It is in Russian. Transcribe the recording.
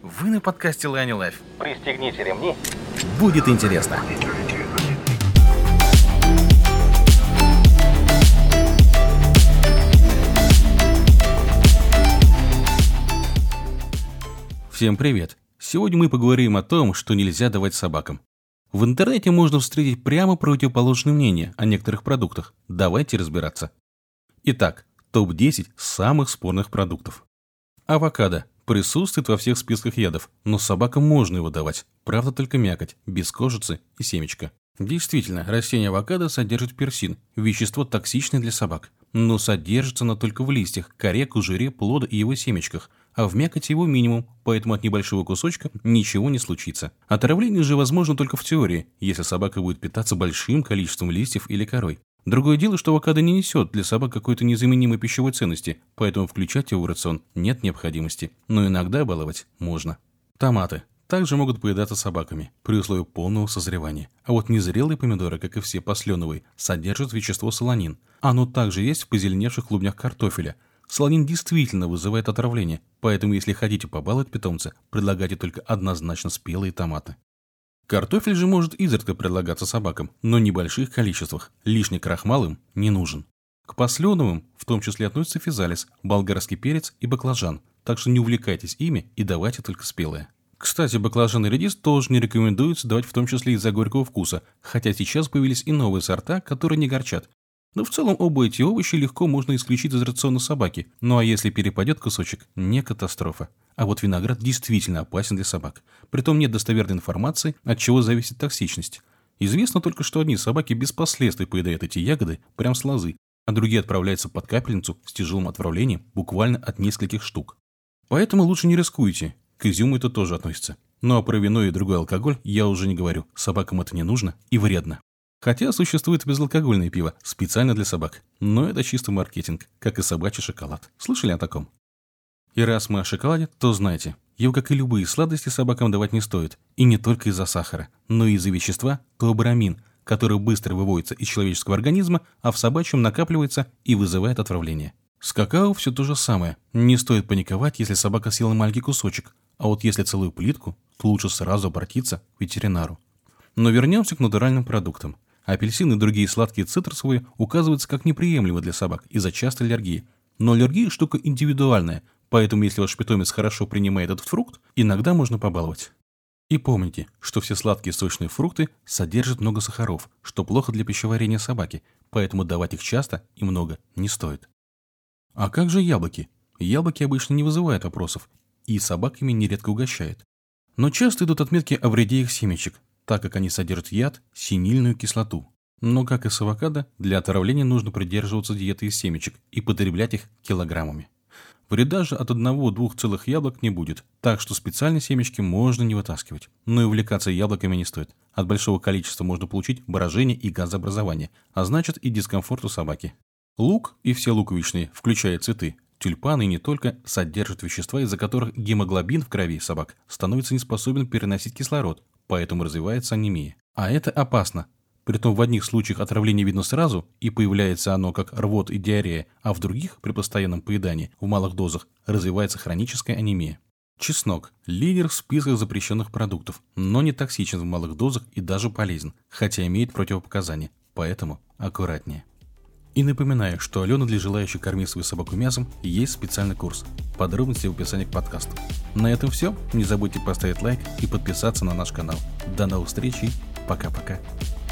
Вы на подкасте Lani Life. Пристегните ремни. Будет интересно. Всем привет. Сегодня мы поговорим о том, что нельзя давать собакам. В интернете можно встретить прямо противоположные мнения о некоторых продуктах. Давайте разбираться. Итак, топ-10 самых спорных продуктов. Авокадо присутствует во всех списках ядов, но собакам можно его давать. Правда, только мякоть, без кожицы и семечка. Действительно, растение авокадо содержит персин, вещество токсичное для собак. Но содержится оно только в листьях, коре, кожуре, плода и его семечках, а в мякоти его минимум, поэтому от небольшого кусочка ничего не случится. Отравление же возможно только в теории, если собака будет питаться большим количеством листьев или корой. Другое дело, что авокадо не несет для собак какой-то незаменимой пищевой ценности, поэтому включать его в рацион нет необходимости, но иногда баловать можно. Томаты также могут поедаться собаками при условии полного созревания. А вот незрелые помидоры, как и все посленовые, содержат вещество солонин. Оно также есть в позеленевших клубнях картофеля. Солонин действительно вызывает отравление, поэтому если хотите побаловать питомца, предлагайте только однозначно спелые томаты. Картофель же может изредка предлагаться собакам, но в небольших количествах, лишний крахмал им не нужен. К посленовым в том числе относятся физалис, болгарский перец и баклажан, так что не увлекайтесь ими и давайте только спелые. Кстати, баклажан и редис тоже не рекомендуется давать в том числе из-за горького вкуса, хотя сейчас появились и новые сорта, которые не горчат. Но в целом оба эти овощи легко можно исключить из рациона собаки, ну а если перепадет кусочек, не катастрофа. А вот виноград действительно опасен для собак. Притом нет достоверной информации, от чего зависит токсичность. Известно только, что одни собаки без последствий поедают эти ягоды прям с лозы, а другие отправляются под капельницу с тяжелым отравлением буквально от нескольких штук. Поэтому лучше не рискуйте. К изюму это тоже относится. Ну а про вино и другой алкоголь я уже не говорю. Собакам это не нужно и вредно. Хотя существует безалкогольное пиво, специально для собак. Но это чисто маркетинг, как и собачий шоколад. Слышали о таком? И раз мы о шоколаде, то знайте, его, как и любые сладости, собакам давать не стоит. И не только из-за сахара, но и из-за вещества теобрамин, который быстро выводится из человеческого организма, а в собачьем накапливается и вызывает отравление. С какао все то же самое. Не стоит паниковать, если собака съела маленький кусочек. А вот если целую плитку, то лучше сразу обратиться к ветеринару. Но вернемся к натуральным продуктам. Апельсины и другие сладкие цитрусовые указываются как неприемлемы для собак из-за частой аллергии. Но аллергия штука индивидуальная, поэтому если ваш питомец хорошо принимает этот фрукт, иногда можно побаловать. И помните, что все сладкие сочные фрукты содержат много сахаров, что плохо для пищеварения собаки, поэтому давать их часто и много не стоит. А как же яблоки? Яблоки обычно не вызывают вопросов, и собаками нередко угощают. Но часто идут отметки о вреде их семечек, так как они содержат яд, синильную кислоту. Но, как и с авокадо, для отравления нужно придерживаться диеты из семечек и потреблять их килограммами. Вреда же от 1-2 целых яблок не будет, так что специальные семечки можно не вытаскивать. Но и увлекаться яблоками не стоит. От большого количества можно получить брожение и газообразование, а значит и дискомфорт у собаки. Лук и все луковичные, включая цветы, тюльпаны и не только, содержат вещества, из-за которых гемоглобин в крови собак становится неспособен переносить кислород, поэтому развивается анемия. А это опасно. Притом в одних случаях отравление видно сразу, и появляется оно как рвота и диарея, а в других, при постоянном поедании, в малых дозах, развивается хроническая анемия. Чеснок – лидер в списках запрещенных продуктов, но не токсичен в малых дозах и даже полезен, хотя имеет противопоказания, поэтому аккуратнее. И напоминаю, что Алена для желающих кормить свою собаку мясом есть специальный курс. Подробности в описании к подкасту. На этом все. Не забудьте поставить лайк и подписаться на наш канал. До новых встреч и пока-пока.